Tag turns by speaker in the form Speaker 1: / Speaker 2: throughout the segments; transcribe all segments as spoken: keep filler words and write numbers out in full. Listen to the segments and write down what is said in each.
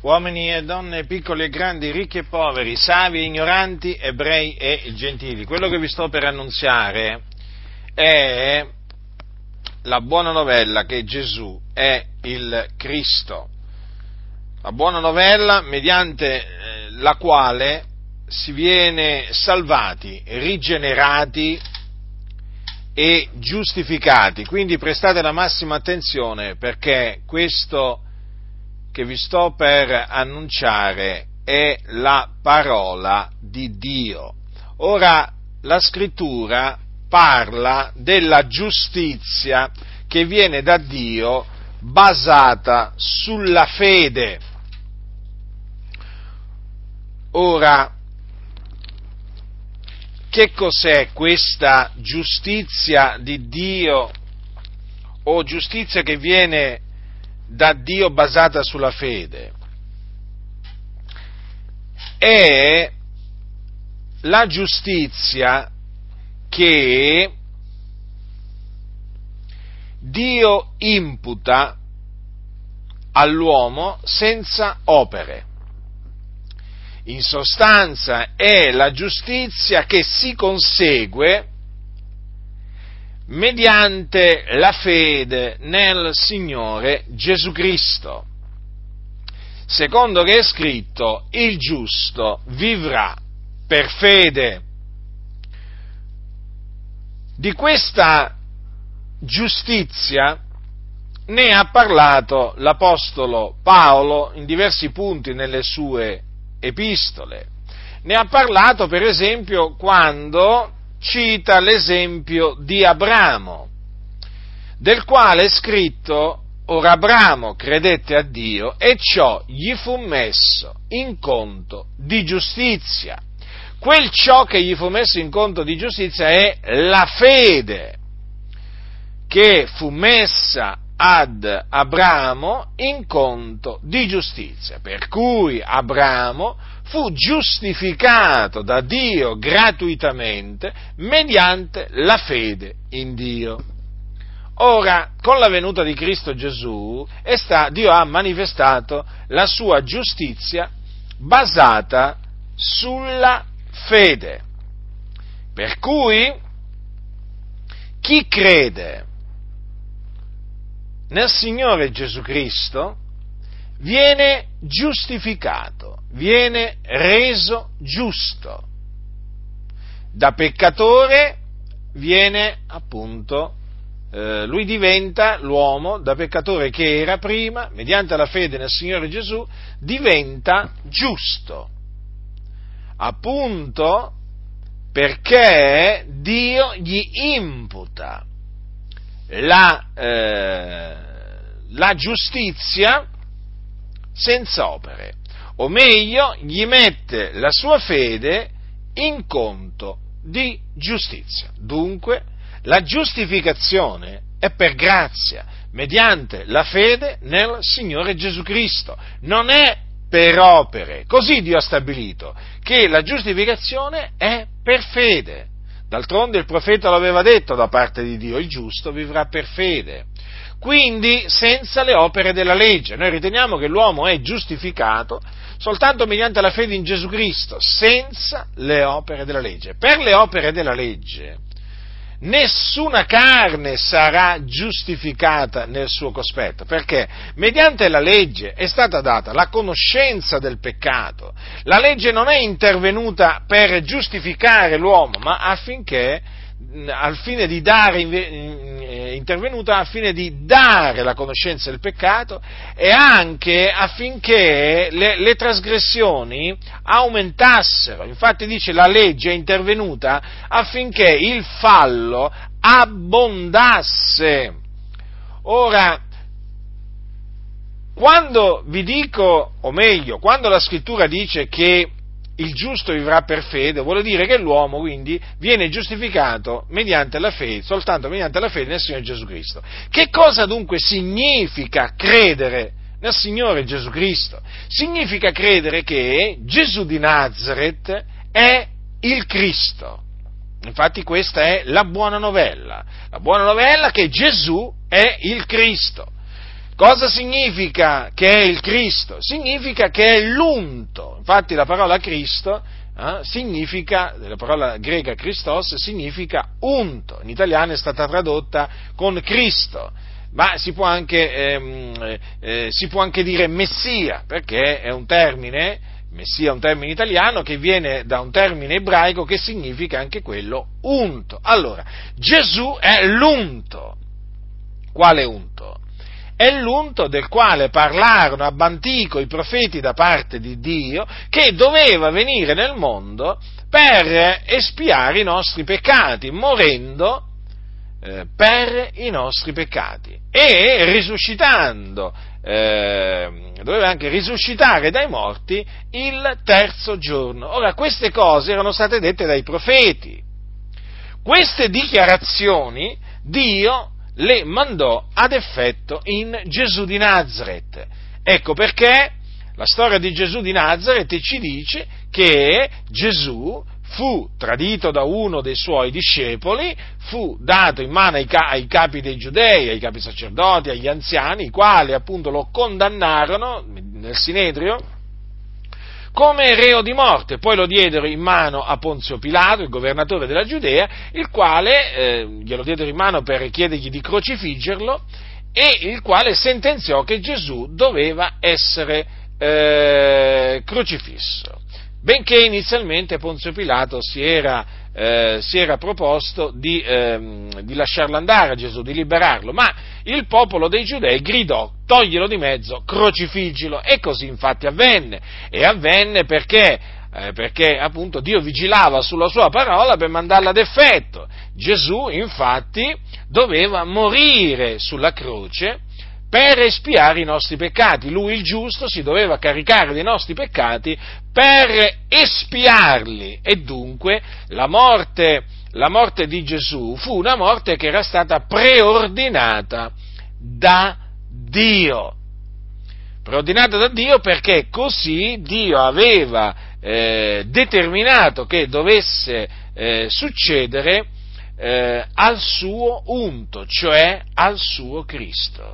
Speaker 1: uomini e donne, piccoli e grandi, ricchi e poveri, savi e ignoranti, ebrei e gentili. Quello che vi sto per annunziare è la buona novella che Gesù è il Cristo, la buona novella mediante la quale si viene salvati, rigenerati e giustificati. Quindi prestate la massima attenzione, perché questo che vi sto per annunciare è la parola di Dio. Ora, la Scrittura parla della giustizia che viene da Dio basata sulla fede. Ora, che cos'è questa giustizia di Dio, o giustizia che viene da Dio basata sulla fede? È la giustizia che Dio imputa all'uomo senza opere. In sostanza è la giustizia che si consegue mediante la fede nel Signore Gesù Cristo. Secondo che è scritto, il giusto vivrà per fede. Di questa giustizia ne ha parlato l'Apostolo Paolo in diversi punti nelle sue epistole. Ne ha parlato, per esempio, quando cita l'esempio di Abramo, del quale è scritto: ora Abramo credette a Dio e ciò gli fu messo in conto di giustizia. Quel ciò che gli fu messo in conto di giustizia è la fede che fu messa ad Abramo in conto di giustizia, per cui Abramo fu giustificato da Dio gratuitamente mediante la fede in Dio. Ora, con la venuta di Cristo Gesù, è sta, Dio ha manifestato la sua giustizia basata sulla fede, per cui chi crede nel Signore Gesù Cristo viene giustificato, viene reso giusto. Da peccatore viene appunto, eh, lui diventa l'uomo, da peccatore che era prima, mediante la fede nel Signore Gesù, diventa giusto. Appunto perché Dio gli imputa La, eh, la giustizia senza opere, o meglio, gli mette la sua fede in conto di giustizia. Dunque, la giustificazione è per grazia, mediante la fede nel Signore Gesù Cristo, non è per opere. Così Dio ha stabilito che la giustificazione è per fede. D'altronde il profeta l'aveva detto da parte di Dio: il giusto vivrà per fede. Quindi senza le opere della legge. Noi riteniamo che l'uomo è giustificato soltanto mediante la fede in Gesù Cristo, senza le opere della legge. Per le opere della legge nessuna carne sarà giustificata nel suo cospetto, perché mediante la legge è stata data la conoscenza del peccato. La legge non è intervenuta per giustificare l'uomo, ma affinché, al fine di dare, è intervenuta al fine di dare la conoscenza del peccato e anche affinché le, le trasgressioni aumentassero. Infatti dice: la legge è intervenuta affinché il fallo abbondasse. Ora, quando vi dico, o meglio, quando la Scrittura dice che il giusto vivrà per fede, vuol dire che l'uomo quindi viene giustificato mediante la fede, soltanto mediante la fede nel Signore Gesù Cristo. Che cosa dunque significa credere nel Signore Gesù Cristo? Significa credere che Gesù di Nazaret è il Cristo. Infatti questa è la buona novella, la buona novella che Gesù è il Cristo. Cosa significa che è il Cristo? Significa che è l'unto. Infatti la parola Cristo eh, significa, la parola greca Christos significa unto. In italiano è stata tradotta con Cristo, ma si può anche, ehm, eh, si può anche dire Messia, perché è un termine, Messia è un termine italiano che viene da un termine ebraico che significa anche quello unto. Allora, Gesù è l'unto. Quale unto? È l'unto del quale parlarono ab antico i profeti da parte di Dio, che doveva venire nel mondo per espiare i nostri peccati, morendo eh, per i nostri peccati e risuscitando, eh, doveva anche risuscitare dai morti il terzo giorno. Ora, queste cose erano state dette dai profeti. Queste dichiarazioni Dio le mandò ad effetto in Gesù di Nazaret. Ecco perché la storia di Gesù di Nazaret ci dice che Gesù fu tradito da uno dei suoi discepoli, fu dato in mano ai, ai capi dei giudei, ai capi sacerdoti, agli anziani, i quali appunto lo condannarono nel Sinedrio come reo di morte, poi lo diedero in mano a Ponzio Pilato, il governatore della Giudea, il quale eh, glielo diedero in mano per chiedergli di crocifiggerlo, e il quale sentenziò che Gesù doveva essere eh, crocifisso. Benché inizialmente Ponzio Pilato si era, eh, si era proposto di, eh, di lasciarlo andare a Gesù, di liberarlo, ma il popolo dei Giudei gridò: toglielo di mezzo, crocifiggilo, e così infatti avvenne, e avvenne perché, eh, perché appunto Dio vigilava sulla sua parola per mandarla ad effetto. Gesù infatti doveva morire sulla croce per espiare i nostri peccati. Lui, il giusto, si doveva caricare dei nostri peccati per espiarli, e dunque la morte, la morte di Gesù fu una morte che era stata preordinata da Dio. Preordinata da Dio perché così Dio aveva eh, determinato che dovesse eh, succedere eh, al suo unto, cioè al suo Cristo.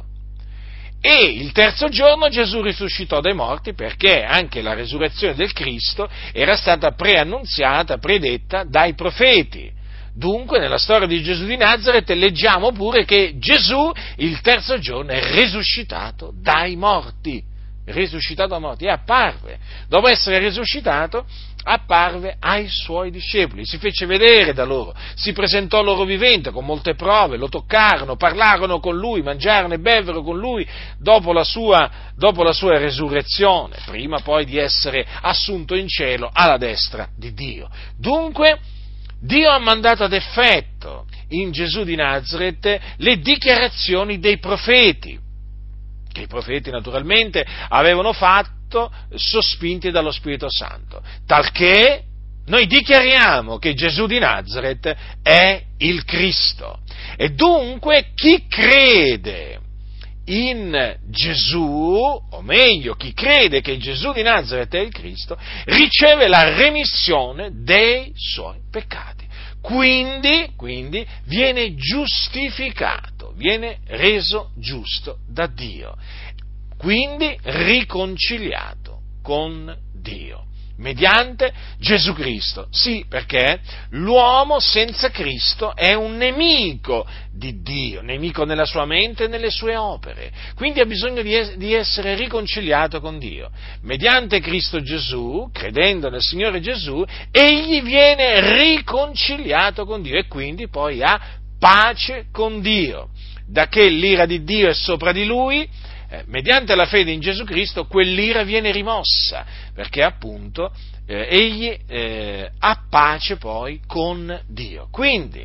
Speaker 1: E il terzo giorno Gesù risuscitò dai morti, perché anche la resurrezione del Cristo era stata preannunziata, predetta dai profeti. Dunque, nella storia di Gesù di Nazaret leggiamo pure che Gesù il terzo giorno è risuscitato dai morti, risuscitato dai morti, e apparve, dopo essere risuscitato, apparve ai suoi discepoli, si fece vedere da loro, si presentò loro vivente con molte prove, lo toccarono, parlarono con lui, mangiarono e bevvero con lui dopo la sua, dopo la sua resurrezione, prima poi di essere assunto in cielo alla destra di Dio. Dunque, Dio ha mandato ad effetto in Gesù di Nazaret le dichiarazioni dei profeti, che i profeti naturalmente avevano fatto sospinti dallo Spirito Santo, talché noi dichiariamo che Gesù di Nazaret è il Cristo, e dunque chi crede in Gesù, o meglio, chi crede che Gesù di Nazaret è il Cristo, riceve la remissione dei suoi peccati. Quindi, quindi viene giustificato, viene reso giusto da Dio, quindi riconciliato con Dio, mediante Gesù Cristo. Sì, perché l'uomo senza Cristo è un nemico di Dio, nemico nella sua mente e nelle sue opere, quindi ha bisogno di, es- di essere riconciliato con Dio. Mediante Cristo Gesù, credendo nel Signore Gesù, egli viene riconciliato con Dio e quindi poi ha pace con Dio, da che l'ira di Dio è sopra di lui. Eh, mediante la fede in Gesù Cristo quell'ira viene rimossa, perché appunto eh, egli eh, ha pace poi con Dio. Quindi,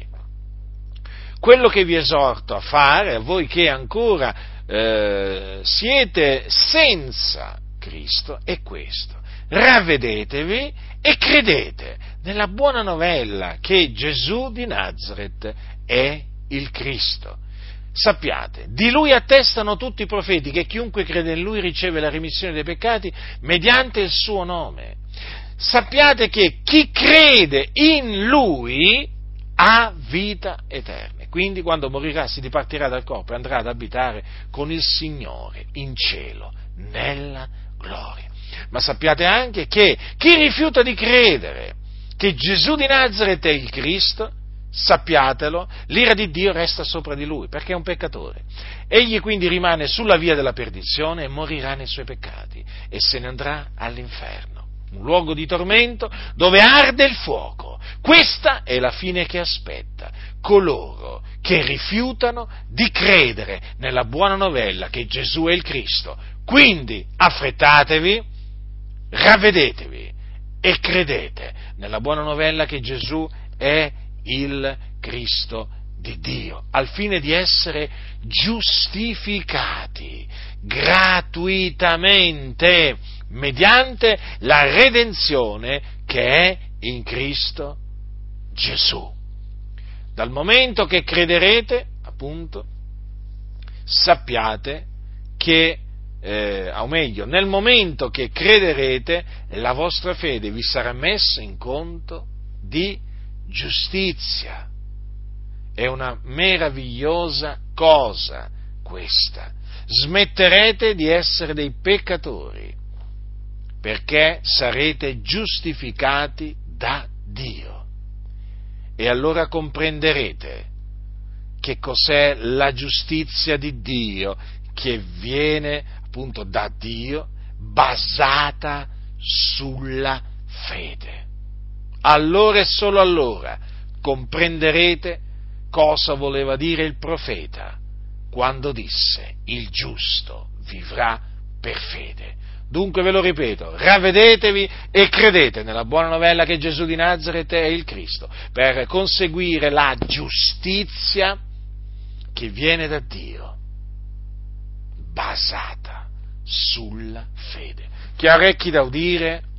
Speaker 1: quello che vi esorto a fare, a voi che ancora eh, siete senza Cristo, è questo: ravvedetevi e credete nella buona novella che Gesù di Nazaret è il Cristo. Sappiate, di lui attestano tutti i profeti che chiunque crede in lui riceve la remissione dei peccati mediante il suo nome. Sappiate che chi crede in lui ha vita eterna. quindi quando morirà si dipartirà dal corpo e andrà ad abitare con il Signore in cielo, nella gloria. Ma sappiate anche che chi rifiuta di credere che Gesù di Nazaret è il Cristo, sappiatelo, l'ira di Dio resta sopra di lui, perché è un peccatore. Egli quindi rimane sulla via della perdizione e morirà nei suoi peccati e se ne andrà all'inferno, un luogo di tormento dove arde il fuoco. Questa è la fine che aspetta coloro che rifiutano di credere nella buona novella che Gesù è il Cristo. Quindi affrettatevi, ravvedetevi e credete nella buona novella che Gesù è il Cristo di Dio, al fine di essere giustificati gratuitamente mediante la redenzione che è in Cristo Gesù. Dal momento che crederete, appunto, sappiate che Eh, o meglio, nel momento che crederete, la vostra fede vi sarà messa in conto di giustizia. È una meravigliosa cosa questa. Smetterete di essere dei peccatori, perché sarete giustificati da Dio. E allora comprenderete che cos'è la giustizia di Dio, che viene appunto da Dio, basata sulla fede. Allora e solo allora comprenderete cosa voleva dire il profeta quando disse: il giusto vivrà per fede. Dunque ve lo ripeto, ravvedetevi e credete nella buona novella che Gesù di Nazaret è il Cristo, per conseguire la giustizia che viene da Dio, basata sulla fede. Chi ha orecchi da udire,